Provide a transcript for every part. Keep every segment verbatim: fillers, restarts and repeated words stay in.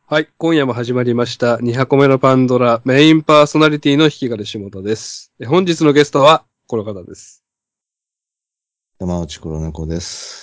はい。今夜も始まりました。に箱目のパンドラメインパーソナリティの弾き金下田です。本日のゲストはこの方です。 山内黒猫です。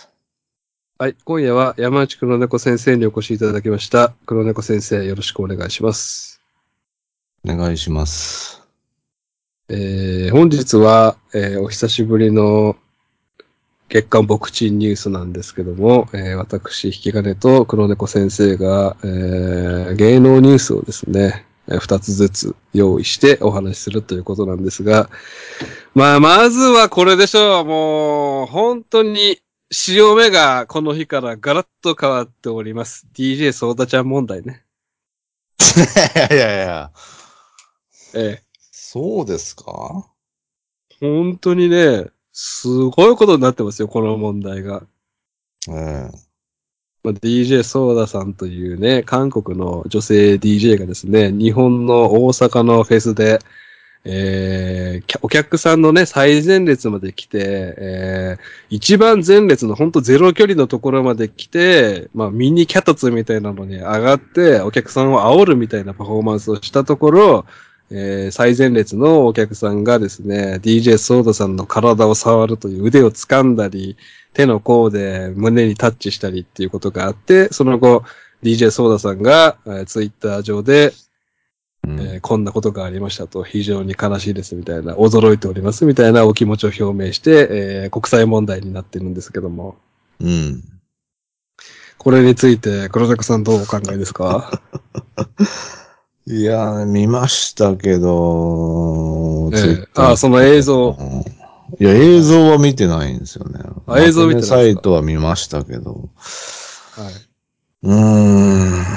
はい。今夜は山内黒猫先生にお越しいただきました。黒猫先生、よろしくお願いします。 お願いします。 えー、本日は、えー、お久しぶりの月刊ボクチンニュースなんですけども、えー、私、引き金と黒猫先生が、えー、芸能ニュースをですね、二つずつ用意してお話しするということなんですが、まあ、まずはこれでしょう。もう、本当に、潮目がこの日からガラッと変わっております。ディージェー ソーダちゃん問題ね。 いやいやいや。 ええ。 そうですか？ 本当にね、すごいことになってますよ、この問題が。 ええ。 まあ、ディージェー ソーダさんというね、韓国の女性 ディージェー がですね、日本の大阪のフェスで、えー、お客さんのね、最前列まで来て、えー、一番前列のほんとゼロ距離のところまで来て、まあミニキャタツみたいなのに上がって、お客さんを煽るみたいなパフォーマンスをしたところ、えー、最前列のお客さんがですね、ディージェー ソーダさんの体を触るという腕を掴んだり、手の甲で胸にタッチしたりっていうことがあって、その後、ディージェー ソーダさんが、えー、ツイッター上で、 うんえーこんなことがありましたと、非常に悲しいですみたいな、驚いておりますみたいなお気持ちを表明して、えー国際問題になってるんですけども、 うん。 これについて黒崎さんどうお考えですか？ いや、見ましたけど、ツイッええああ、そのター見た映像。 けど。いや、映像は見てないんですよね。 あ、映像見まとめてないですか？ サイトは見ましたけど。 はい。 うーん。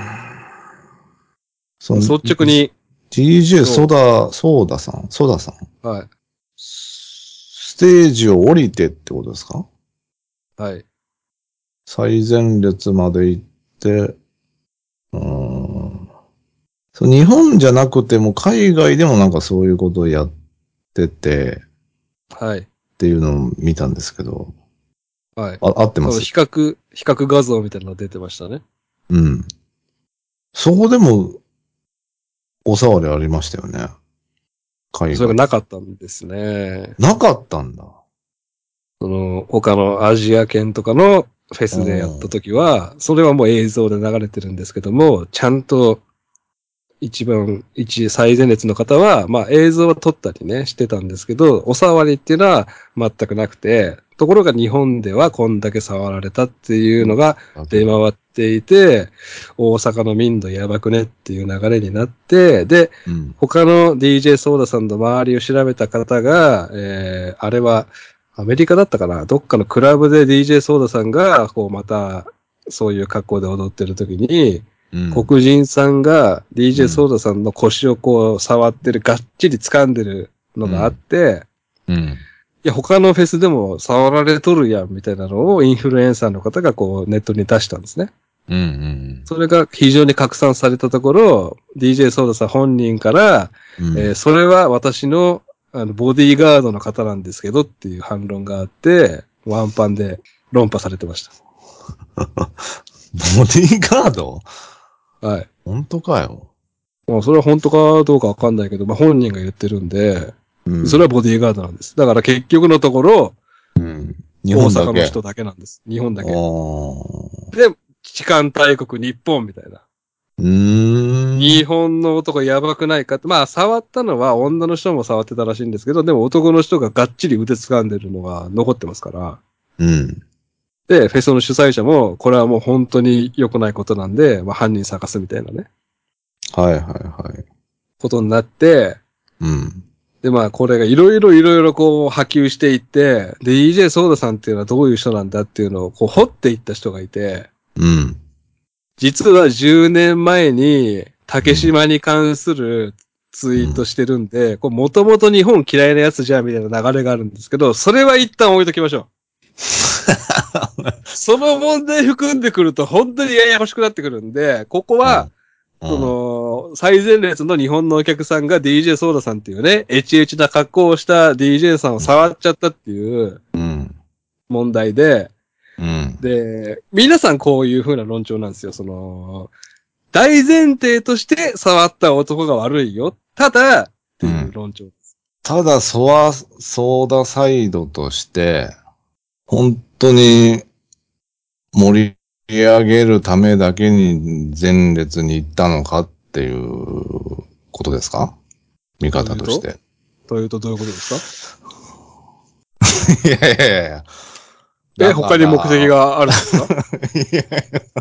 その、 率直に、 ディージェー ソどダ、ソーダさんソダさんうはい。 ステージを降りてってことですか？ はい。 最前列まで行って、うーん。そう日本じゃなくても海外でもなんかそういうことをやっててはい。 っていうのを見たんですけど、 はい。 あ、合ってまそのす？ 比較、比較画像みたいなのが出てましたね。 うん。そこでもお触りありましたよね。海外。 それがなかったんですね。 なかったんだ。 その、他のアジア圏とかのフェうスでやったん。 時は、それはもう映像で流れてるんですけども、ちゃんと一番、一最前列の方は、まあ映像は撮ったりね、してたんですけど、お触りっていうのは全くなくて、ところが日本ではこんだけ触られたっていうのがだけど。 出回っていて、大阪の民度やばくねっていう流れになって、で、 うん。 他の ディージェー ソーダさんの周りを調べた方が、えー、あれはアメリカだったかな、どっかのクラブで ディージェー ソーダさんが、こうまた、そういう格好で踊ってる時に、 うん。 黒人さんが ディージェー ソうん。 ーダさんの腰をこう触ってる、がっちり掴んでるのがあっうん。 て、 うん。 いや、他のフェスでも触られとるやんみたいなのをインフルエンサーの方がこうネットに出したんですね。 うん。うん。 それが非常に拡散されたところ、ディージェー ソーダさん本人から、 うん。 えーそれは私のあのボディーガードの方なんですけどっていう反論があって、ワンパンで論破されてましボディーガード？ た。はい。 本当かよ。 まあ、それは本当かどうかわかんないけど、まあ本人が言ってるんで、 うん。 それはボディーガードなんです。だから結局のところ、 うん。日大本だけ。 阪の人だけなんです。日本だあけ。 あ。 で、痴漢大国日本みたいな。 うー日ん。 本の男やばくないかって、まあ触ったのは女の人も触ってたらしいんですけど、でも男の人ががっちり腕掴んでるのが残ってますから。 うん。 で、フェスの主催者も、これはもう本当に良くないことなんで、まあ犯人探すみたいなね、 はいはいはい。 ことになって、 うん。 で、まあ、これがいろいろいろいろこう波及していって、で、イージェー ソーダさんっていうのはどういう人なんだっていうのをこう掘っていった人がいて、 うん。 実はじゅうねんまえに竹うん。 島に関するツイートうん。 してるんで、こうもともと日本嫌いなやつじゃんみたいな流れがあるんですけど、それは一旦置いときましょう。その問題含んでくると本当にややこしくなってくるんで、ここは、 うん。うそん。 の、最前列の日本のお客さんが ディージェー ソーダさんっていうね、エチエチな格好をした ディージェー さんを触っちゃったっていううん。 問題で、 うん。 で、皆さんこういう風な論調なんですよ。その、 大前提として触った男が悪いよ。ただ、っていう論調です。 ただ、ソワ、ソーダサイドとして、本当に盛り上げるためだけに前列に行ったのかっていうことですか？見方として。 というとどういうことですか？ いやいやいや。 え、他に目的があるんですか？ いやい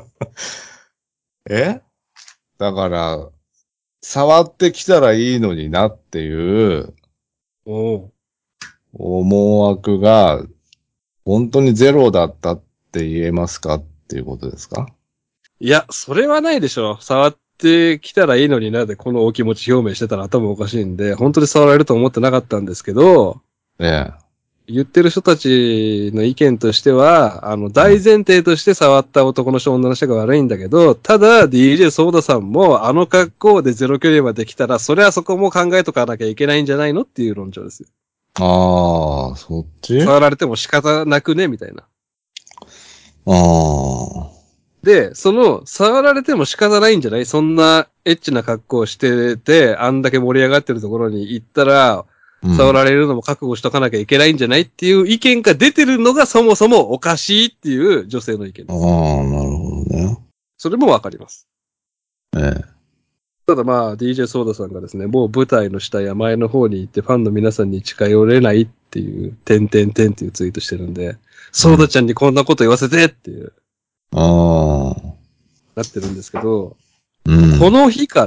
やえだから、触ってきたらいいのになっていうお思惑が本当にゼロだったって言えますかっていうことですか？ いや、それはないでしょ。触ってきたらいいのになでこのお気持ち表明してたら頭おかしいんで、本当に触られると思ってなかったんですけど、 ええ。 言ってる人たちの意見としては、あの、大前提として触った男の人、女の人が悪いんだけど、ただ ディージェー ソーダさんもあの格好でゼロ距離まで来たら、それはそこも考えとかなきゃいけないんじゃないのっていう論調ですよ。 ああ、そっち？ 触られても仕方なくねみたいな。 ああ。 で、その、触られても仕方ないんじゃない？そんなエッチな格好をしてて、あんだけ盛り上がってるところに行ったら、 うん、 触られるのも覚悟しとかなきゃいけないんじゃないっていう意見が出てるのがそもそもおかしいっていう女性の意見です。 ああ、なるほどね。 それもわかります。 ええ。 ただまあ、ディージェー ソーダさんがですね、もう舞台の下や前の方に行ってファンの皆さんに近寄れないっていう、てんてんてんっていうツイートしてるんで、ソーダちゃんにこんなこと言わせてっていう、 ああ。 なってるんですけど、 うん。 この日から、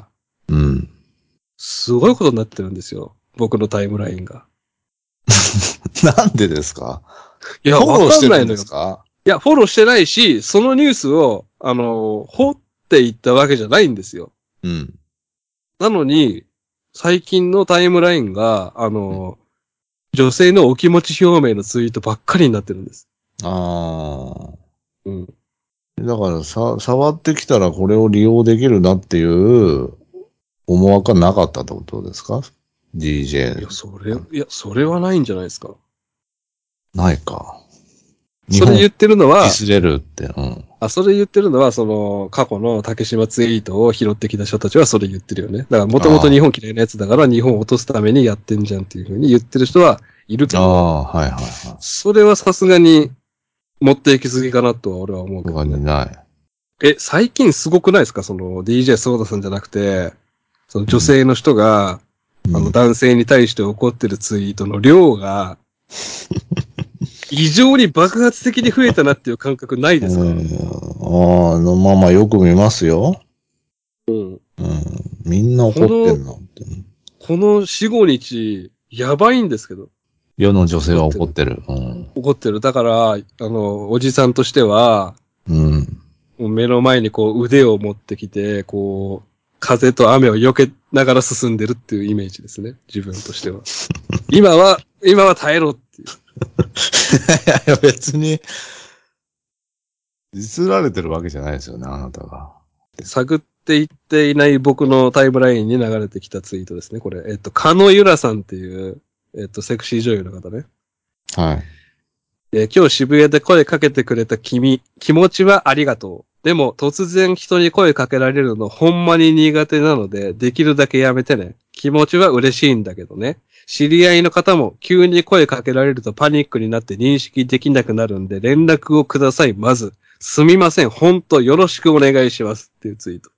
うん。 すごいことになってるんですよ。僕のタイムラインが。 なんでですか？ いや、 フォわローしてるんかんないのよ。 ですか？ いや、フォローしてないし、そのニュースを、あの、掘っていったわけじゃないんですよ。 うん。 なのに、最近のタイムラインが、あの、女性のお気持ち表明のツイートばっかりになってるんです。 ああ。 うん。 だからさ、触ってきたらこれを利用できるなっていう思惑はなかったってことですか？ ディージェー。 いや、それ、いや、それはないんじゃないですか。 ないか。日本それ言ってるのは、 ディスれるって、うん。 あ、それ言ってるのは、その、過去の竹島ツイートを拾ってきた人たちはそれ言ってるよね。だから、もともと日本嫌いなやつだから、日本を落とすためにやってんじゃんっていうふうに言ってる人はいるけああ、 ど、 はいはいはい。 それはさすがに持っていきすぎかなとは俺は思うけ他どね。 にない。 え、最近すごくないですか？その ディージェー ソーダさんじゃなくて、その女性の人が、 うん、 あの男性に対して怒ってるツイートの量が、異常に爆発的に増えたなっていう感覚ないですか？ えー、ああ、のままよく見ますよ。 うん。 うん。みんな怒この、 ってんのって。 このよん、ごにち、やばいんですけど。 世の女性は怒ってる。 怒ってる。うん。 怒ってる。だから、あの、おじさんとしては、 うん。 もう目の前にこう腕を持ってきて、こう、風と雨を避けながら進んでるっていうイメージですね。自分としては。今は、今は耐えろっていう。 いやいや、別に、ディスられてるわけじゃないですよね、あなたが。 探っていっていない僕のタイムラインに流れてきたツイートですね。これ。えっと、カノユラさんっていう、えっと、セクシー女優の方ね。 はい。 えー今日渋谷で声かけてくれた君、気持ちはありがとう。でも突然人に声かけられるのほんまに苦手なので、できるだけやめてね。気持ちは嬉しいんだけどね。知り合いの方も急に声かけられるとパニックになって認識できなくなるんで連絡をください、まず。すみません、ほんとよろしくお願いしますっていうツイート。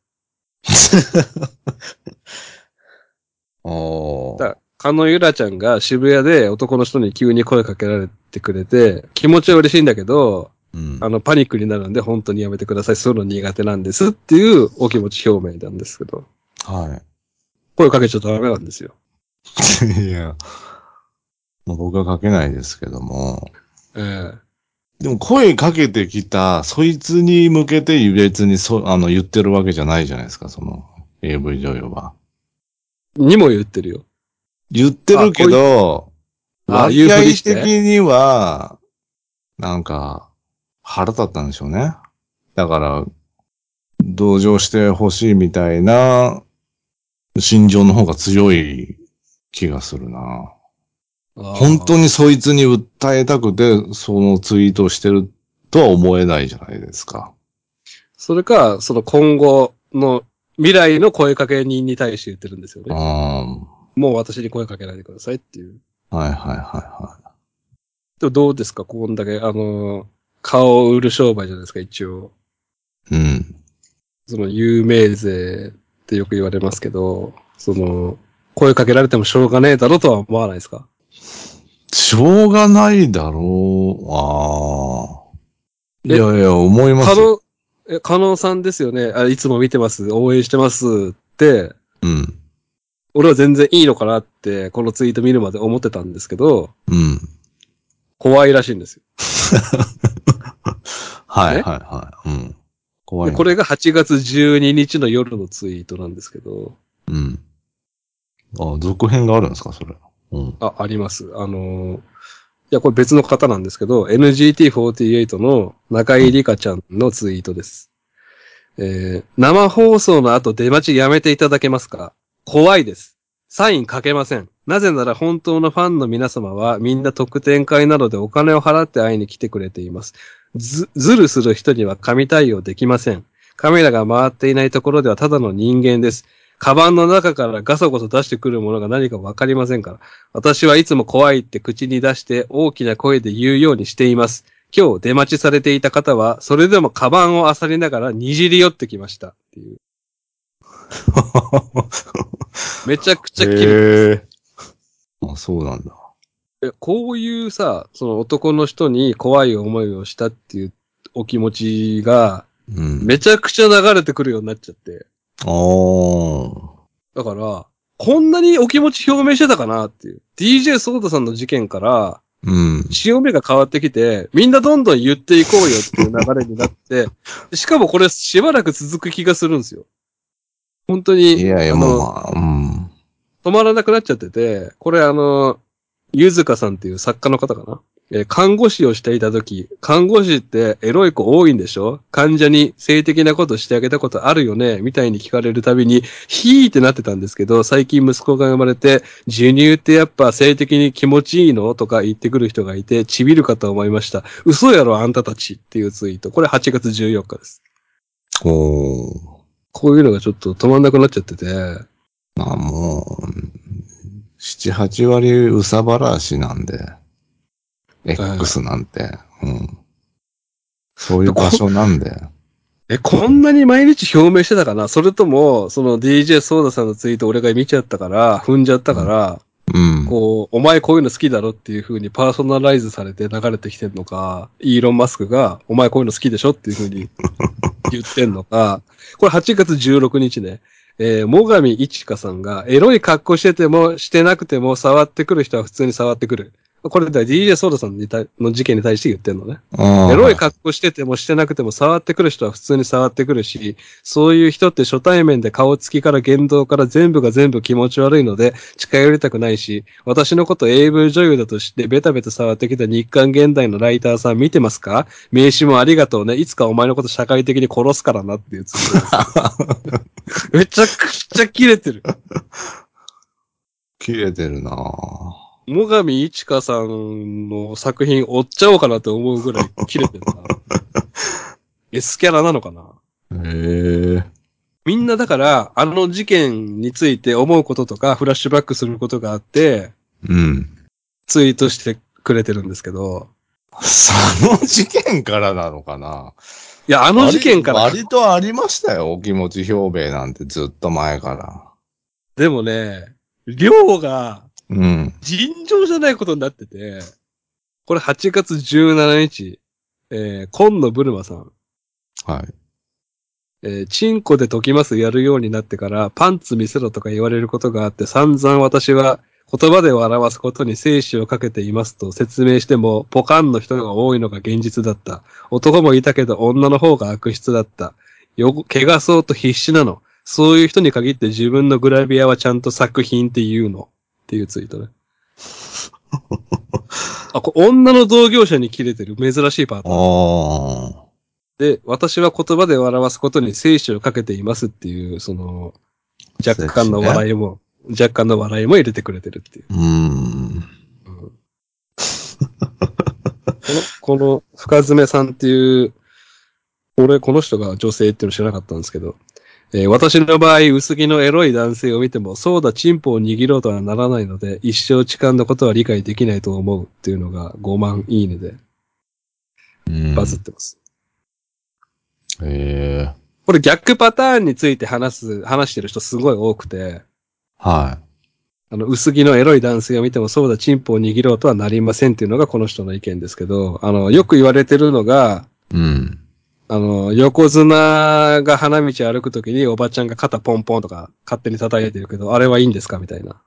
だおー。 かのゆらちゃんが渋谷で男の人に急に声かけられてくれて、気持ちは嬉しいんだけど、 うん。 あの、パニックになるんで本当にやめてください。そういうの苦手なんですっていうお気持ち表明なんですけど、 は声かけちゃダメなんですよ。 い。いや、まあ、僕はかけないですけども。 ええでも声かけてきた、そいつに向けて別にそ、あの、言ってるわけじゃないじゃないですか、その エーブイ 女優は。 にも言ってるよ。 言ってあ、 るけこい、 ど、 あ、 割合言うふりして。 的には、なんか、腹立ったんでしょうね。だから、同情してほしいみたいな心情の方が強い気がするな。本当ああ。 にそいつに訴えたくて、そのツイートをしてるとは思えないじゃないですか。 それか、その今後、 の未来の声かけ人に対して言ってるんですよね。 あもう私に声かけないでくださいっていう。 あ。はいはいはいはでもどうですかこんだけ、あの、顔を売る商売じゃないですか、一応。 い。うん。 その有名税ってよく言われますけど、その、声かけられてもしょうがねえだろとは思わないですか？ しょうがないだろう。ああ。いえ、 やいや、思いますよ。 加納、え、加納さんですよね。あ、いつも見てます。応援してますって、 うん。 俺は全然いいのかなって、このツイート見るまで思ってたんですけど、 うん。 怖いらしいんですよ。 はいはいね。 はい。うん。怖で、 いんだ。 これがはちがつじゅうににちの夜のツイートなんですけど、 うん。あ、続編があるんですか、それ。うん。 あ、あります。あのーいや、これ別の方なんですけど、エヌジーティーフォーティーエイト の中井里香ちゃんのツイートです。えー、生放送の後出待ちやめていただけますか？怖いです。サインかけません。なぜなら本当のファンの皆様はみんな特典会などでお金を払って会いに来てくれています。ず、ずるする人には神対応できません。カメラが回っていないところではただの人間です。カバンの中からガソゴソ出してくるものが何かわかりませんから。私はいつも怖いって口に出して大きな声で言うようにしています。今日出待ちされていた方は、それでもカバンを漁りながらにじり寄ってきました。っていう。めちゃくちゃ切れてます。 へえ。あ、そうなんだ。 えこういうさ、その男の人に怖い思いをしたっていうお気持ちが、 うん。 めちゃくちゃ流れてくるようになっちゃって。 ああ。 だから、こんなにお気持ち表明してたかなっていう。ディージェー ソーダさんの事件から、 うん。 潮目が変わってきて、みんなどんどん言っていこうよっていう流れになって、しかもこれしばらく続く気がするんですよ。本当に、 いやいや、 あの、 もうまあ、うん。 止まらなくなっちゃってて、これあの、ゆずかさんっていう作家の方かな、えー看護師をしていた時、看護師ってエロい子多いんでしょ？患者に性的なことしてあげたことあるよねみたいに聞かれるたびに、ヒーってなってたんですけど、最近息子が生まれて、授乳ってやっぱ性的に気持ちいいのとか言ってくる人がいて、ちびるかと思いました。嘘やろあんたたちっていうツイート。これはちがつじゅうよっかです。 おー。 こういうのがちょっと止まんなくなっちゃってて、 まあもう、七八割うさばらしなんで、X なんて、うん。そういう場所なんで。 え、こんなに毎日表明してたかな？それとも、その ディージェー ソーダさんのツイート俺が見ちゃったから、踏んじゃったから、 うん。 こう、お前こういうの好きだろっていう風にパーソナライズされて流れてきてんのか、イーロン・マスクが、お前こういうの好きでしょっていう風に言ってんのか、これはちがつじゅうろくにちね、えー、もがみいちかさんが、エロい格好してても、してなくても、触ってくる人は普通に触ってくる。これだ、ディージェー ソーダさんに対の事件に対して言ってんのね。 ああ、 エロいはい。 格好しててもしてなくても触ってくる人は普通に触ってくるし、そういう人って初対面で顔つきから言動から全部が全部気持ち悪いので近寄りたくないし、私のこと エーブイ 女優だとしてベタベタ触ってきた日刊現代のライターさん見てますか？名刺もありがとうね。いつかお前のこと社会的に殺すからなっていうツイートです。めちゃくちゃキレてる。 切れてるなぁ。 もがみいちかさんの作品追っちゃおうかなと思うぐらいキレてるな。S キャラなのかな？ へえ。 みんなだから、あの事件について思うこととか、フラッシュバックすることがあって、 うん。 ツイートしてくれてるんですけど、 その事件からなのかな。 いや、あの事割、 件からか、 割とありましたよ。お気持ち表明なんてずっと前から。 でもね、量がうん。 尋常じゃないことになってて、これはちがつじゅうしちにち、えー、今野ブルマさん、 はい。 えー、チンコで解きますやるようになってから、パンツ見せろとか言われることがあって、散々私は言葉で表すことに生死をかけていますと説明しても、ポカンの人が多いのが現実だった。男もいたけど女の方が悪質だった。よ、汚そうと必死なの。そういう人に限って自分のグラビアはちゃんと作品って言うの。っていうツイートね。あ、これ女の同業者に切れてる珍しいパタあーン。 あ。 で、私は言葉で表すことに生死をかけていますっていう、その、若干のセクシーね。 笑いも、若干の笑いも入れてくれてるっていう。 うーん。 うん、この、この深爪さんっていう、俺この人が女性っていうの知らなかったんですけど、 えー私の場合、薄着のエロい男性を見ても、そうだ、チンポを握ろうとはならないので、一生痴漢のことは理解できないと思うっていうのがごまんいいねでうん。 バズってます。 へえ。 これ逆パターンについて話す、話してる人すごい多くて、 はあの、薄着のエロい男性を見ても、そうだ、チンポを握ろうとはなりませんっていうのがこの人の意見ですけど、あの、よく言われてるのが、 い。うん。 あの、横綱が花道歩くときにおばちゃんが肩ポンポンとか勝手に叩いてるけど、あれはいいんですかみたいな。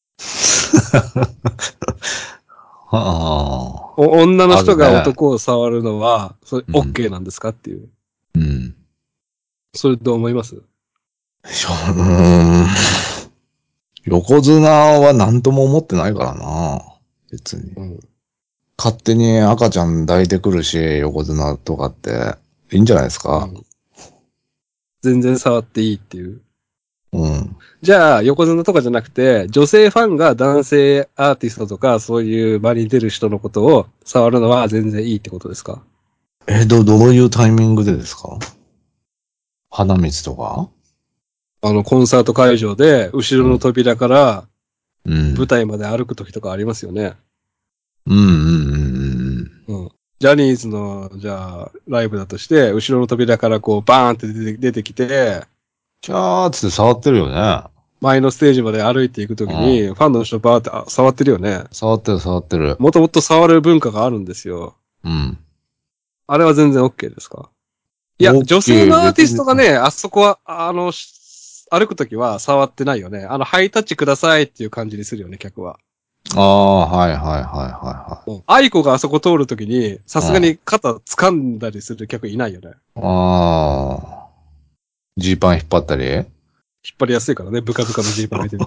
はお女のあ。あ人がるね。 男を触るのは、それうん OK なんですかっていう。 うん。 それどう思います？ いやうーん。横綱は何とも思ってないからな。別に。 うん。 勝手に赤ちゃん抱いてくるし、横綱とかって、いいんじゃないですか。 うん。全然触っていいっていう。 うん。 じゃあ、横綱とかじゃなくて、女性ファンが男性アーティストとか、そういう場に出る人のことを触るのは全然いいってことですか？ え、ど、どういうタイミングでですか？花道とか？ あの、コンサート会場で、後ろの扉からうん。 舞台まで歩くときとかありますよね。 うんうんうんうん。ジャニーズの、じゃあ、ライブだとして、後ろの扉からこう、バーンって出て出てきて、 キャーっつって触ってるよね。 前のステージまで歩いていくときに、 うん。 ファンの人バーってあ触ってるよね。 触ってる触ってる。 もともと触る文化があるんですよ。 うん。 あれは全然 OK ですか？いや、 オッ女性ケー、 のアーティス別に。 トがね、あそこは、あの、し歩くときは触ってないよね。あの、ハイタッチくださいっていう感じにするよね、客は。 ああ、はいはいはいはうん。アイコがあそこ通るときに、さいはい。 すがに肩掴んだりする客いないよね。 うん。ああ。ジーパン引っ張ったり？ 引っ張りやすいからね、ブカブカのジーパン履いてる。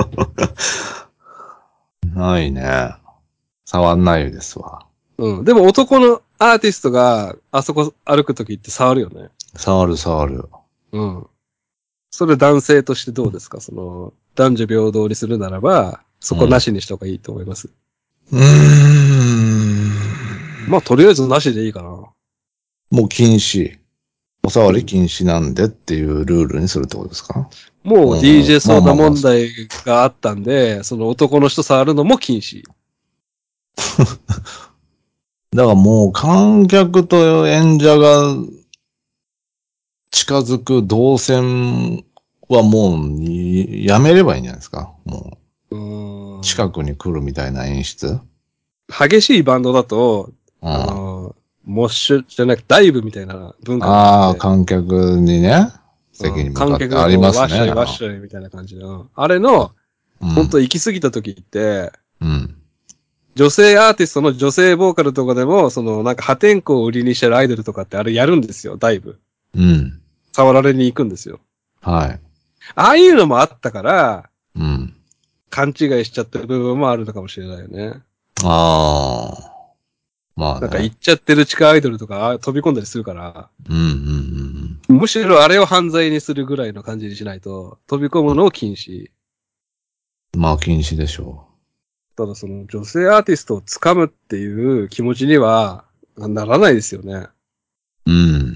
ないね。触んないですわ。 うん。でも男のアーティストがあそこ歩くときって触るよね。 触る触る。 うん。それ男性としてどうですか？その、男女平等にするならば、そこなしにした方がいいと思います。 うーん。 まあ、とりあえずなしでいいかな。 もう禁止。お触り禁止なんでっていうルールにするってことですか？ もううん。 ディージェー ソーダまあまあまあ。 問題があったんで、その男の人触るのも禁止。 だからもう観客と演者が近づく動線はもうやめればいいんじゃないですか？もううーん。 近くに来るみたいな演出。 激しいバンドだと、 うん。 ああの、モッシュじゃなくてダイブみたいな文化があっあ、 て、 観客にね、席うん、 に向か観ってあり客がこう、 ますね。 ワッショイワッショイみたいな感じの、あれの、 うん。 本当行き過ぎた時って、 うん。 女性アーティストの女性ボーカルとかでも、そのなんか破天荒を売りにしてるアイドルとかってあれやるんですよ、ダイブ。 うん。 触られに行くんですよ。 はい。 ああいうのもあったから、 うん。 勘違いしちゃってる部分もあるのかもしれないよね。 ああ、まあなんかね。 行っちゃってる地下アイドルとか飛び込んだりするから、 うん、うん、うんむしろあれを犯罪にするぐらいの感じにしないと、飛び込むのを禁止。 うん。まあ禁止でしょただその女性アーティストを掴むっていう気持ちにはならないですよね。 う。うん。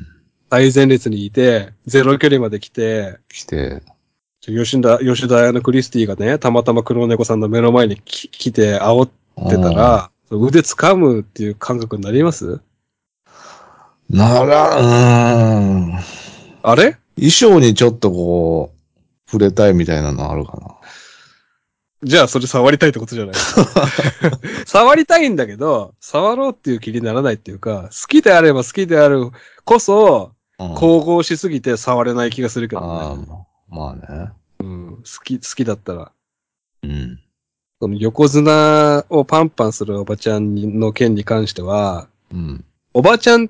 最前列にいて、ゼロ距離まで来て、 来て、 吉田、吉田屋のクリスティがね、たまたま黒猫さんの目の前にき来て煽ってたうん。 ら、腕掴むっていう感覚になります？ なら、うーん。 あれ衣装にちょっとこう、触れたいみたいなのあるかな。 じゃあそれ触りたいってことじゃないですか。触りたいんだけど、触ろうっていう気にならないっていうか、好きであれば好きであるこそ、 うん。 神々しすぎて触れない気がするけどね。 ああ、まあね。 うん、好き、好きだったら。 うん。 その横綱をパンパンするおばちゃんの件に関しては、 うん。 おばちゃんって、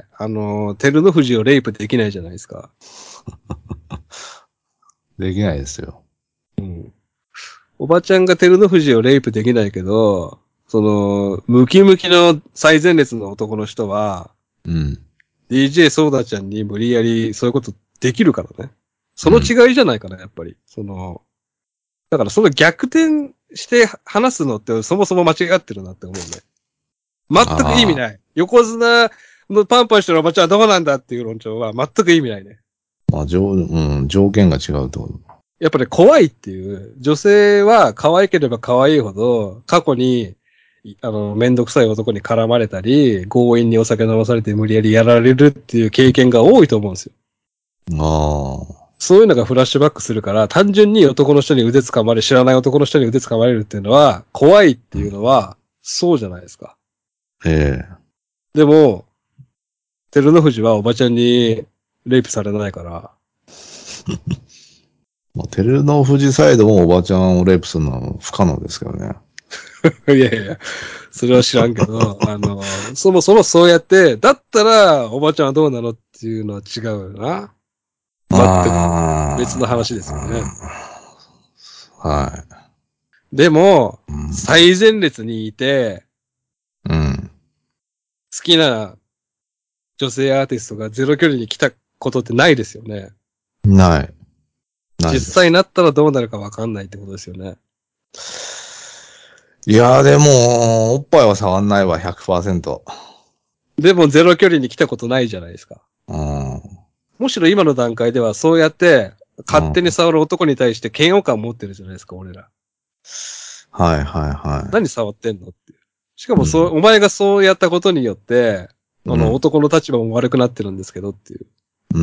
あの、照ノ富士をレイプできないじゃないですか。 できないですよ。 うん。おばちゃんが照ノ富士をレイプできないけど、その、ムキムキの最前列の男の人は、 うん。 ディージェー ソーダちゃんに無理やりそういうことできるからね。そのうん。 違いじゃないかな、やっぱり。その、だからその逆転して話すのってそもそも間違ってるなって思うね。全く意味ああ。 ない。横綱のパンパンしてるおばちゃんはどうなんだっていう論調は全く意味ないね。 まあ、条、うん、条件が違うってこと。 やっぱり怖いっていう、女性は可愛ければ可愛いほど、過去に、あの、めんどくさい男に絡まれたり、強引にお酒飲まされて無理やりやられるっていう経験が多いと思うんですよ。 ああ。 そういうのがフラッシュバックするから、単純に男の人に腕掴まれ、知らない男の人に腕掴まれるっていうのは、怖いっていうのは、そうじゃないですか。 ええ。 でも、照ノ富士はおばちゃんにレイプされないから。 まあ、照ノ富士サイドもおばちゃんをレイプするのは不可能ですけどね。 いやいや、それは知らんけど、あの、そもそもそうやって、だったら、おばちゃんはどうなのっていうのは違うよな。全く別の話ですよね。 はでも、 い。うん。 最前列にいて、 うん。 好きな女性アーティストがゼロ距離に来たことってないですよね。 ない。ないです。 実際になったらどうなるかわかんないってことですよね。 いやーでも、おっぱいは触んないわ、ひゃくパーセント。 でもゼロ距離に来たことないじゃないですか。 うん。うん。 むしろ今の段階ではそうやって勝手に触る男に対して嫌悪感持ってるじゃないですか、俺ら。 はいはいは何触ってんのっていう。しかい。 もそう、 うん。 お前がそうやったことによって、あの、 うん。 男の立場も悪くなってるんですけどっていう。 うん。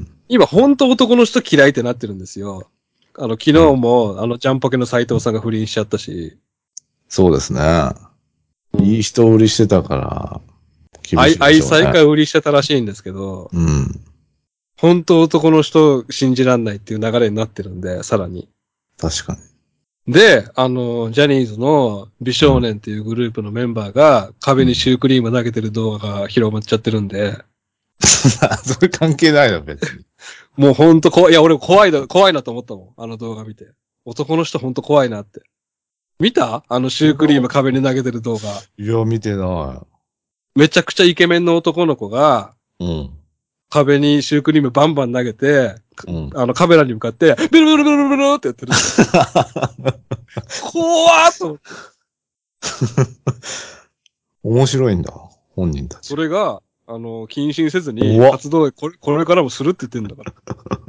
今、本当男の人嫌いってなってるんですよ。あの、昨日も、あの、ジャンポケの斎藤さんが不倫しちゃったし、 そうですね。いい人売りしてたから、厳し愛、 いでしょうね。 愛妻家売りしてたらしいんですけど、 うん。 本当男の人信じらんないっていう流れになってるんで、さらに。 確かに。 で、あの、ジャニーズの美少年っていうグループのメンバーが壁にシュークリーム投げてる動画が広まっちゃってるんで、 それ関係ないの、別に。 もうほんと怖い、いや俺怖いな、怖いなと思ったもん。あの動画見て。男の人ほんと怖いなって。見たあのシュークリーム壁に投げてる動画。 いや、見てなめちゃくちゃイケメンの男の子が、 い。うん。 壁にシュークリームバンバン投げて、 うん。 あのカメラに向かって、ビルビルビルビルってやってる。怖ーっと思って。 面白いんだ、本人たち。 それが、あの、謹慎せずに怖っ。 活動これ、これからもするって言ってんだから。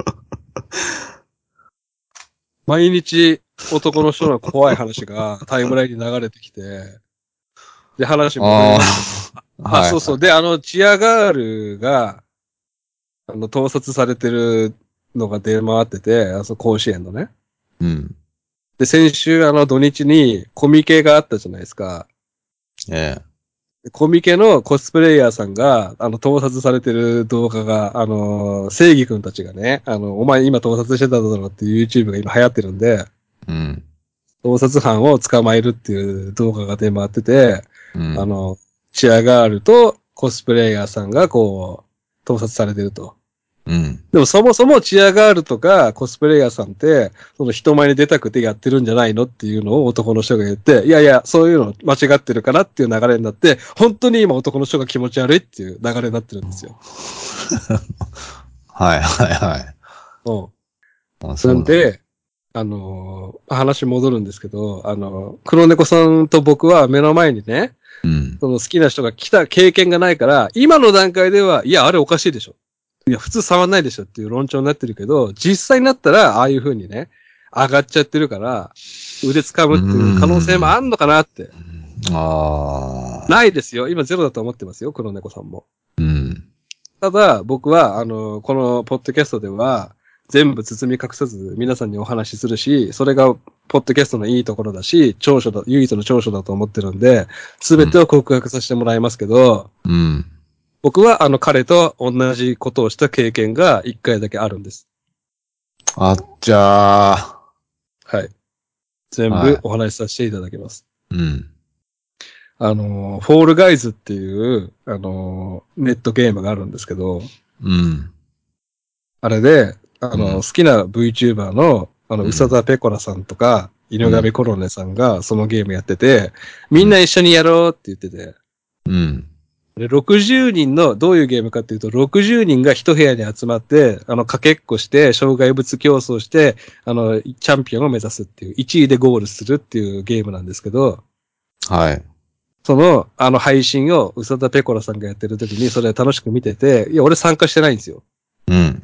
毎日男の人の怖い話がタイムラインに流れてきて、で、話戻りあますけど。 あ、 あ、 はいそうそう。 はで、あの、チアガールが、あの、盗撮されてるのが出回ってて、あそこ甲子園のね。 い。うん。 で、先週、あの、土日にコミケがあったじゃないですか。 ええ。 コミケのコスプレイヤーさんが、あの、盗撮されてる動画が、あの、正義くんたちがね、あの、お前今盗撮してただろうっていう YouTube が今流行ってるんで、 うん。 盗撮犯を捕まえるっていう動画が出回ってて、 うん。 あの、チアガールとコスプレイヤーさんがこう、盗撮されてると。 うん。 でもそもそもチアガールとかコスプレイヤーさんって、その人前に出たくてやってるんじゃないのっていうのを男の人が言って、いやいや、そういうの間違ってるからっていう流れになって、本当に今男の人が気持ち悪いっていう流れになってるんですよ。 はいはいはい。 うん。 あ、そうなんだ。 なんで、あのー話戻るんですけど、あのー黒猫さんと僕は目の前にね、 うん。 その好きな人が来た経験がないから、今の段階では、いや、あれおかしいでしょ。いや、普通触んないでしょっていう論調になってるけど、実際になったら、ああいう風にね、上がっちゃってるから、腕掴むっていう可能性もあんのかなって。 ああ。 ないですよ。今ゼロだと思ってますよ、黒猫さんも。 うん。 ただ、僕は、あの、このポッドキャストでは、全部包み隠さず皆さんにお話しするし、それがポッドキャストのいいところだし、長所だ、唯一の長所だと思ってるんで、すべてを告白させてもらいますけど、 うん。 僕はあの彼と同じことをした経験が一回だけあるんです。 あっちゃはい。 ー。 全部はい。 お話しさせていただきます。 うん。 あの、フォールガイズっていう、あの、ネットゲームがあるんですけど、 うん。 あれで、あの、 うん好きな VTuber の、あの、 うんうさだペコラさんとか、犬神コロネさんがそのゲームやってて、みんな一緒にやろうって言ってて、 うん。 でろくじゅうにんの、どういうゲームかっていうと、ろくじゅうにんが一部屋に集まって、あの、かけっこして、障害物競争して、あの、チャンピオンを目指すっていう、いちいでゴールするっていうゲームなんですけど、 はい。 その、あの配信を、うさだペコラさんがやってる時に、それ楽しく見てて、いや、俺参加してないんですよ。 うん。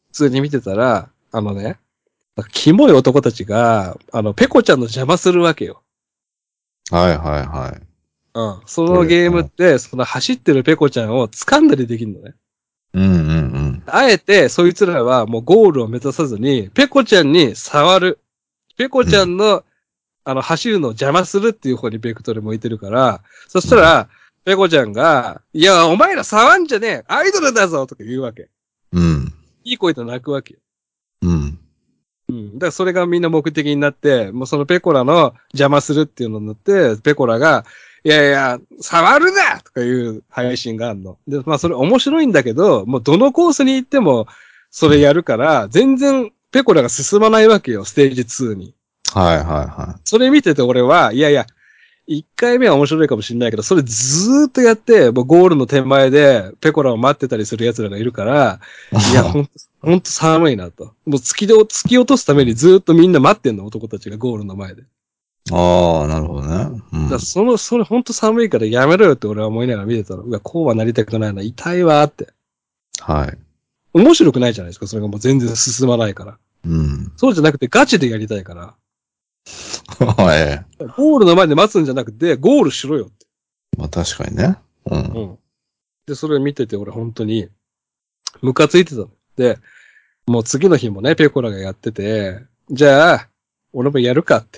普通に見てたら、あのね、なんかキモい男たちが、あの、ペコちゃんの邪魔するわけよ。 はいはいはい。 うん。そのゲームって、その走ってるペコちゃんを掴んだりできるのね。 うんうんうん。 あえて、そいつらはもうゴールを目指さずに、ペコちゃんに触る。ペコちゃんの、あの、走るのを邪魔するっていう方にベクトル向いてるから、そしたら、ペコちゃんが、いや、お前ら触んじゃねえアイドルだぞとか言うわけ。 うん。 いい声と泣くわけよ。 うん。 うん。だからそれがみんな目的になって、もうそのペコラの邪魔するっていうのになって、ペコラが、いやいや、触るなとかいう配信があるの。で、まあそれ面白いんだけど、もうどのコースに行ってもそれやるから、全然ペコラが進まないわけよ、ステージツーに。 はいはいはそれ見てて俺は、いやいや、一回目は面白いかもしれないけど、それずーっとやって、もうゴールの手前でペコラを待ってたりする奴らがいるから、いや、ほんと、ほんと寒いなと。もう突きで、突き落とすためにずーっとみんな待ってんの、男たちがゴールの前で。だかい。ああ、なるほどね。うん。 らその、それほんと寒いからやめろよって俺は思いながら見てたの。うわ、こうはなりたくないな、痛いわーって。 はい。 面白くないじゃないですか、それがもう全然進まないから。 うん。 そうじゃなくてガチでやりたいから。 はい。 ゴールの前で待つんじゃなくて、ゴールしろよって。 まあ確かにね。う。 うんん。で、それ見てて俺本当に、ムカついてたの。で、もう次の日もね、ペコラがやってて、じゃあ、俺もやるかって。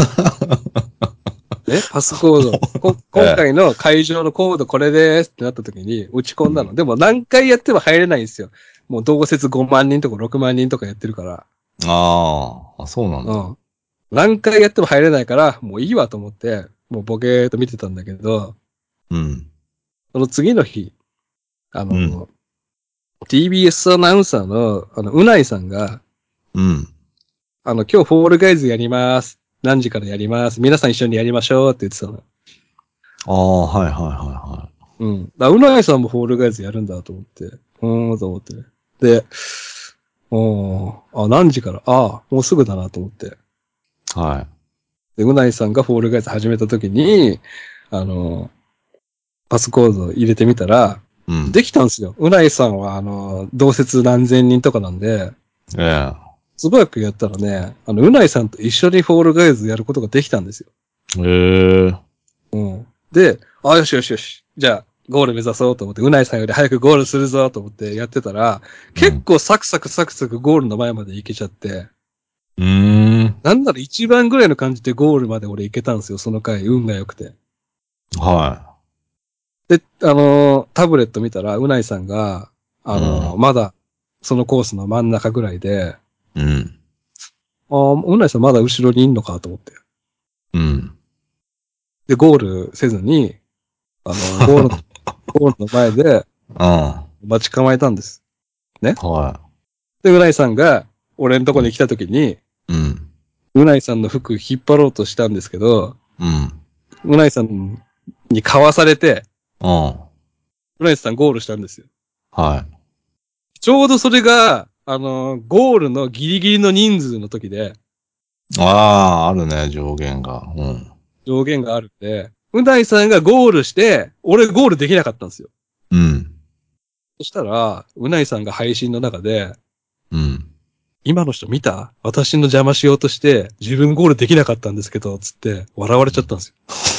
ね、パスコード。こ今回の会場のコードこれですってなった時に打ち込んだの。でも何回やっても入れないんですよ。もう同説ごまん人とかろくまん人とかやってるから。 ああ、あ、そうなんだ。 うん。何回やっても入れないから、もういいわと思って、もうボケーっと見てたんだけど、 うん。 その次の日、あの、 うんティービーエス アナウンサーの、あの、うないさんが、 うん。 あの、今日フォールガイズやります。何時からやります。皆さん一緒にやりましょうって言ってたの。 ああ、はいはいはいはうん。だうないさんもフォールガイズやるんだと思って。うーん、と思って。で、おー、あ、何時からああ、もうすぐだなと思って。 い。はい。 で、うないさんがフォールガイズ始めた時に、あの、パスコード入れてみたら、 うん。 できたんですよ。うないさんは、あの、同説何千人とかなんで、 ええ。 素早くやったらね、あの、うないさんと一緒にフォールガイズやることができたんですよ。 ええ。 うん。で、あ、よしよしよし。じゃあ、ゴール目指そうと思って、うないさんより早くゴールするぞと思ってやってたら、結構サクサクサクサクゴールの前まで行けちゃって、 うーん。 なんなら一番ぐらいの感じでゴールまで俺行けたんですよ、その回、運が良くて。 はで、あのータブレット見たら、うないさんが、あのーうんまだ、そのコースの真ん中ぐらいで、 い。うん。 ああ、うないさんまだ後ろにいんのかと思って。 うん。 で、ゴールせずに、あのーゴール、ゴールの前でうん。は待ち構えたんです。ね。 い。 で、うないさんが、俺のとこに来た時に、 うん。 うないさんの服引っ張ろうとしたんですけど、 うん。 うないさんにかわされて、 うん。 うないさんゴールしたんですよ。 はい。 ちょうどそれが、あのーゴールのギリギリの人数の時で、 ああ、あるね、上限が。うん。 上限があるんで、うないさんがゴールして、俺ゴールできなかったんですよ。 うん。 そしたら、うないさんが配信の中で、 うん。 今の人見た私の邪魔しようとして、自分ゴールできなかったんですけど、つって笑われちゃったんですよ。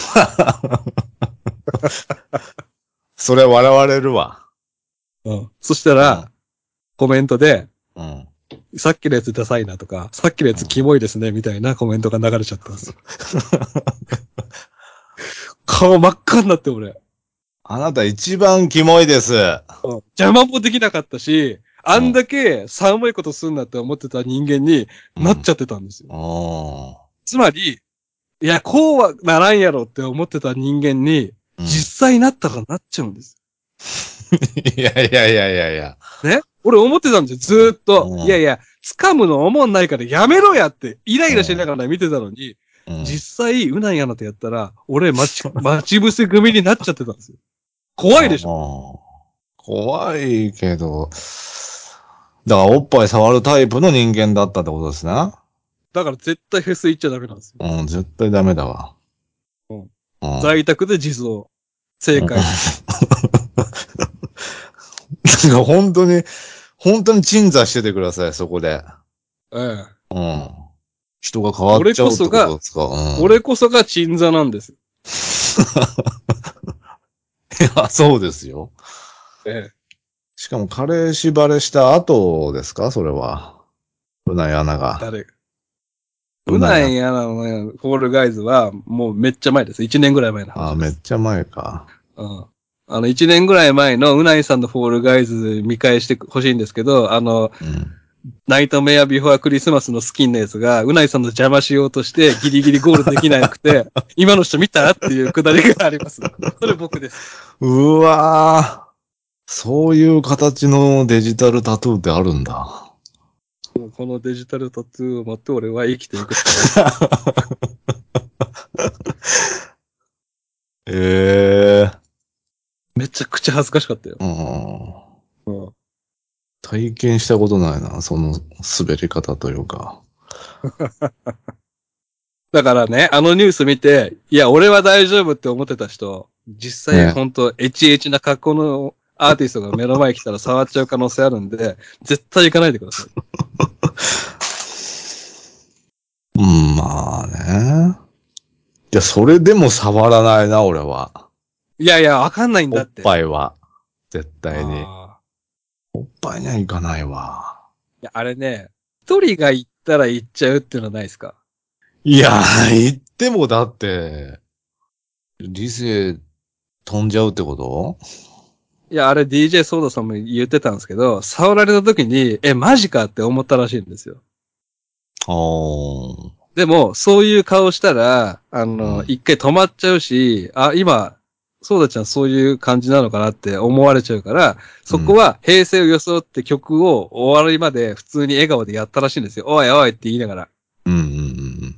それ笑われるわ。 うん。そしたら、コメントで、 うん。 さっきのやつダサいなとか、さっきのやつキモいですね、みたいなコメントが流れちゃったんですよ。顔真っ赤になって俺。 あなた一番キモいです。 うん邪魔もできなかったし、あんだけ寒いことすんなって思ってた人間になっちゃってたんですよ。 ああ。 つまり、いや、こうはならんやろって思ってた人間に、 うん実際なったらなっちゃうんです。 いやいやいやいやいや。 ね俺思ってたんですよ、ずーっと。 うんいやいや、掴むの思んないからやめろやって、イライラしながら見てたのに、 うん実際、うなんやなってやったら、俺、待ち、待ち伏せ組になっちゃってたんですよ。怖いでしょょ怖いけど、だからおっぱい触るタイプの人間だったってことですね。 だから絶対フェス行っちゃダメなんですよ。 うん、絶対ダメだわ。 うんうん。 在宅で自走。正解。 なんか本当に、 本当に鎮座しててください、そこで。 ええ。 うん。人が変わっちゃうってことですか。うん、 俺こそが鎮座なんです。 いや、そうですよ。 ええ。 しかも彼氏バレした後ですかそれは。うないアナが。 誰ううないアナ。 ないやなのね、フォールガイズはもうめっちゃ前です。いちねんぐらい前のあ、 話です。 めっちゃ前か。 うん。あの、いちねんぐらい前のうないさんのフォールガイズ見返してほしいんですけど、あの、 うん。 ナイトメアビフォークリスマスのスキンのやつが、うないさんの邪魔しようとしてギリギリゴールできなくて、今の人見たっていうくだりがあります。それ僕です。 うわぁ。そういう形のデジタルタトゥーってあるんだ。 もうこのデジタルタトゥーを持って俺は生きていくしかないです。 ええめちゃくちゃ恥ずかしかったよ。 ー。うん。 うん。 体験したことないな、その滑り方というか。 だからね、あのニュース見て、いや、俺は大丈夫って思ってた人、実際ね。 ほんとエチエチな格好のアーティストが目の前に来たら触っちゃう可能性あるんで、絶対行かないでください。 うん、まあね。いや、それでも触らないな、俺は。 いやいや、わかんないんおっだって。 ぱいは。絶対に。 ああ。 おっぱいにはいかないわ。 いや、あれね、一人が行ったら行っちゃうっていうのはないですか？ いや、言ってもだって、理性飛んじゃうってこと？ いや、あれ ディージェー ソーダさんも言ってたんですけど、触られた時に、え、マジかって思ったらしいんですよ。 ああ。 でも、そういう顔したら、あの、 うん。 一回止まっちゃうし、あ、今、ソーダちゃんそういう感じなのかなって思われちゃうから、そこうん。 は平成を装って曲を終わりまで普通に笑顔でやったらしいんですよ。おいおいって言いながら。っうん。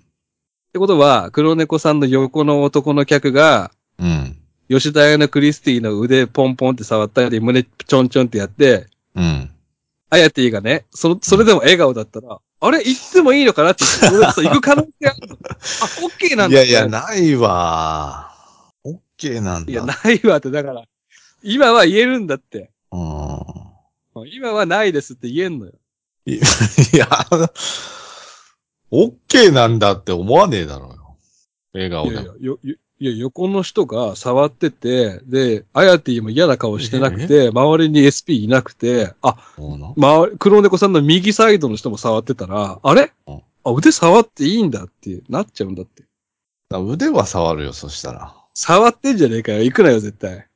てことは、黒猫さんの横の男の客が、 うん。うん。 吉田屋のクリスティの腕ポンポンって触ったり、胸ちょんちょんってやって、 うん。 あやてぃがね、そ、 うん。 それでも笑顔だったら、あれ行ってもいいのかなって言って、俺と行く可能性あるの。あ、オッケーなんだ、 いやいや、 これ。 ないわ。オッケーなんいや、 だ。 ないわって、だから、今は言えるんだって。 うん。 今はないですって言えんのよ。 いいや、オッケーなんだって思わねえだろうよ。笑顔でも。 いやいや、よ、よいや、横の人が触ってて、で、あやてぃも嫌な顔してなくえて、周りに エスピー いなくて、あ、 そうな。 まわ、黒猫さんの右サイドの人も触ってたら、あれうん。 あ、腕触っていいんだってなっちゃうんだって。 だ腕は触るよ、そしたら。 触ってんじゃねえかよ。行くなよ、絶対。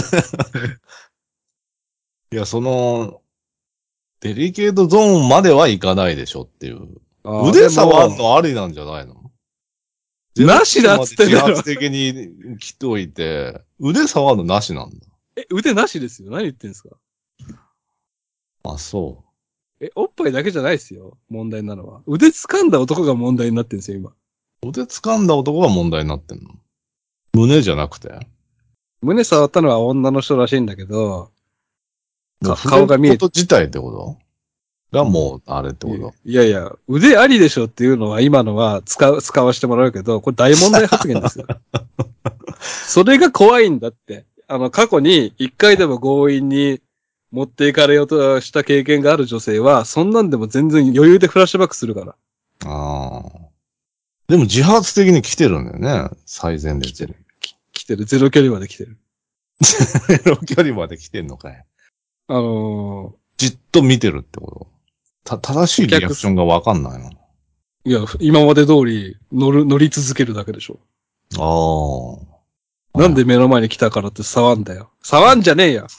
いや、その、デリケートゾーンまではいかないでしょっていう。 ああ、で腕触んも、 のありなんじゃないの？ゼロなしだっキロまでつってんだろ。 自発的に来といて、腕触るのなしなんだ。 え、腕なしですよ。何言ってんすか？ あ、そえ、おっぱいだけじゃないですよ。問題なのは。腕掴んだ男が問題になってんですよ、今。 う。腕掴んだ男が問題になってんの？胸じゃなくて？ 胸触ったのは女の人らしいんだけど、か、 もう触れる顔が見えて、 こと自体ってことがもう、あれってこいと？ やいや、腕ありでしょっていうのは今のは使う、使わせてもらうけど、これ大問題発言ですよ。それが怖いんだって。あの、過去に一回でも強引に持っていかれようとした経験がある女性は、そんなんでも全然余裕でフラッシュバックするから。 ああ。でも自発的に来てるんだよね。最前列に。 来てる。き来てる。ゼロ距離まで来てる。 距離まで来てんのかい。 あのじっと見てるってことた、正しー、おいリアク客す、 ションがわかんないの。 いや、今まで通り乗る、乗り続けるだけでしょ。 ああ。 なんではい。 目の前に来たからって触んだよ。触んじゃねえよ。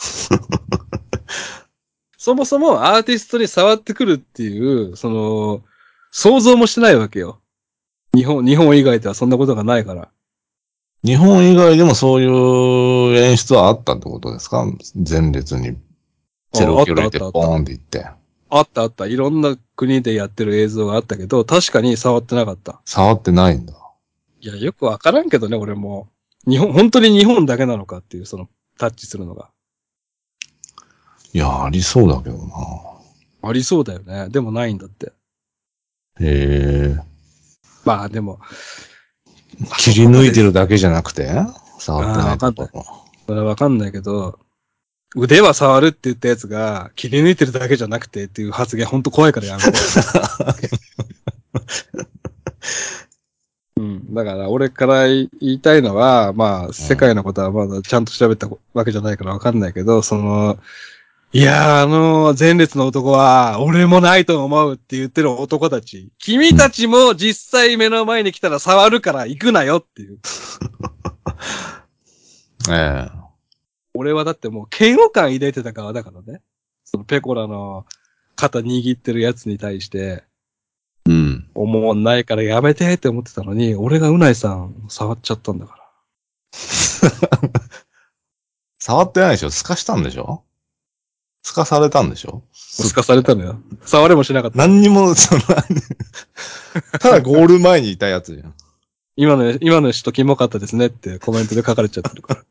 そもそもアーティストに触ってくるっていう、その、想像もしてないわけよ。日本、日本以外ではそんなことがないから。 日本以外でもそういう演出はあったってことですか？前列にゼロあ、あったあキロ入れてったあった。 ポーンって言って。 あったあった。いろんな国でやってる映像があったけど、確かに触ってなかった。 触ってないんだ。 いや、よくわからんけどね、俺も。日本、本当に日本だけなのかっていう、その、タッチするのが。 いや、ありそうだけどな。 ありそうだよね。でもないんだって。 へえ。 まあでも、あ切り抜いそこまで、 てるだけじゃなくて触ってああ、 ないわかんない。 ところ。 それはわかんないけど、 腕は触るって言ったやつが、切り抜いてるだけじゃなくてっていう発言ほんと怖いからやめて。うん。だから俺から言いたいのは、まあ、世界のことはまだちゃんと調べたわけじゃないからわかんないけど、その、いやー、あの、前列の男は、俺もないと思うって言ってる男たち。君たちも実際目の前に来たら触るから行くなよっていう。 ええ。 俺はだってもう嫌悪感抱いてた側だからね。そのペコラの肩握ってるやつに対して、 うん。 思んないからやめてって思ってたのに、俺がうないさん触っちゃったんだから。 触ってないでしょ？すかしたんでしょ？すかされたんでしょ？ すかされたのよ。触れもしなかった。 何にも、その、ただゴール前にいたやつじゃん。 今の、今の人キモかったですねってコメントで書かれちゃってるから。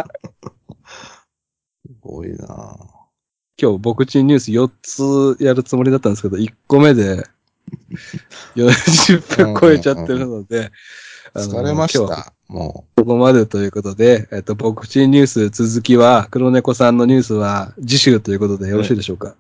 すごいなぁ。 今日、僕ちんニュースよっつやるつもりだったんですけど、いっこめでよんじゅっぷん超えちゃってるので、 疲れました。もう。ここまでということで、えっと、僕ちんニュース続きは、黒猫さんのニュースは次週ということでよろしいでしょうか？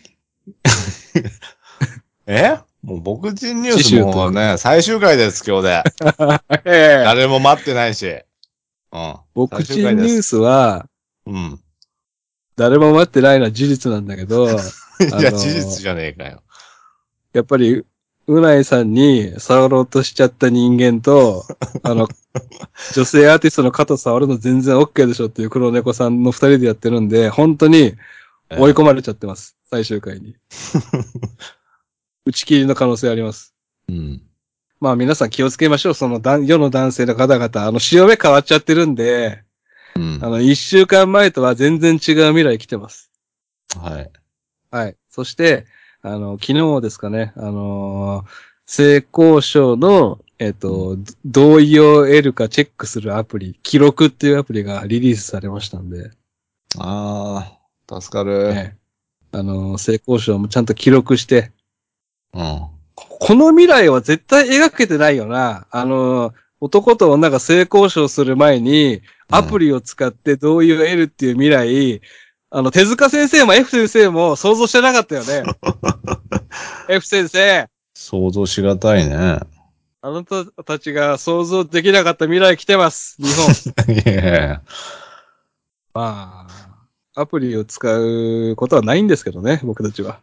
えもう僕ちんニュースもうね、最終回です、今日で。 ええ、 誰も待ってないし。うん。 僕ちんニュースは、 うん。 誰も待ってないのは事実なんだけど、 いあや、 の事実じゃねえかよ。 やっぱり、うないさんに触ろうとしちゃった人間と、あの、女性アーティストの肩触るの全然 OK でしょっていう黒猫さんの二人でやってるんで、本当に追い込まれちゃってます。最終回に。打ち切りの可能性あります。 うん。 まあ皆さん気をつけましょう。その世の男性の方々、あの、潮目変わっちゃってるんで、 うん。 あの、一週間前とは全然違う未来来てます。 はい。 はい。そして、あの、昨日ですかね、あのー、性交渉の、えっと、うん、同意を得るかチェックするアプリ、記録っていうアプリがリリースされましたんで。 ああ、助かる。 ね。あのー、性交渉もちゃんと記録して。 うん。 この未来は絶対描けてないよな。あのー、男と女が性交渉する前に、アプリを使って同意を得るっていう未来、あの、手塚先生も F 先生も想像してなかったよね。F 先生。 想像しがたいね。 あなたたちが想像できなかった未来来てます。日本。 いやまあ、アプリを使うことはないんですけどね、僕たちは。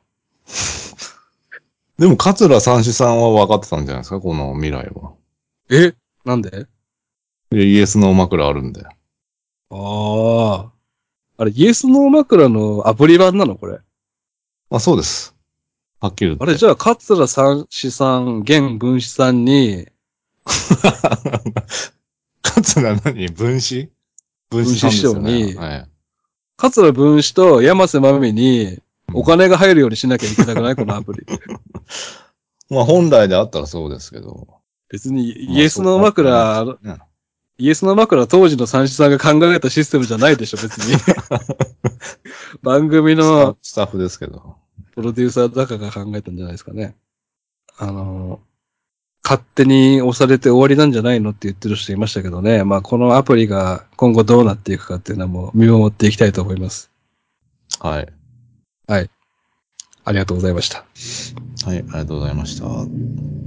でも、桂三枝さんは分かってたんじゃないですか、この未来は。 えなんで？ イエスの枕あるんで。ああ。あれ、イエスノー枕のアプリ版なのこれ。 あ、そうです。はっきり言って。 あれ、じゃあ、桂三枝さん、現分子さんに、 桂何分子分子さんですよね。はい。 桂分子と山瀬まみにお金が入るようにしなきゃいけなくないこのアプリ。 まあ本来であったらそうですけど。 別にイエスの枕、ね、イエスの枕当時の三枝さんが考えたシステムじゃないでしょ、別に。番組のスタッフですけど。 プロデューサーだかが考えたんじゃないですかね。あの、勝手に押されて終わりなんじゃないのって言ってる人いましたけどね。まあこのアプリが今後どうなっていくかっていうのはもう見守っていきたいと思います。 はい。 はい。ありがとうございました。 はい、ありがとうございました。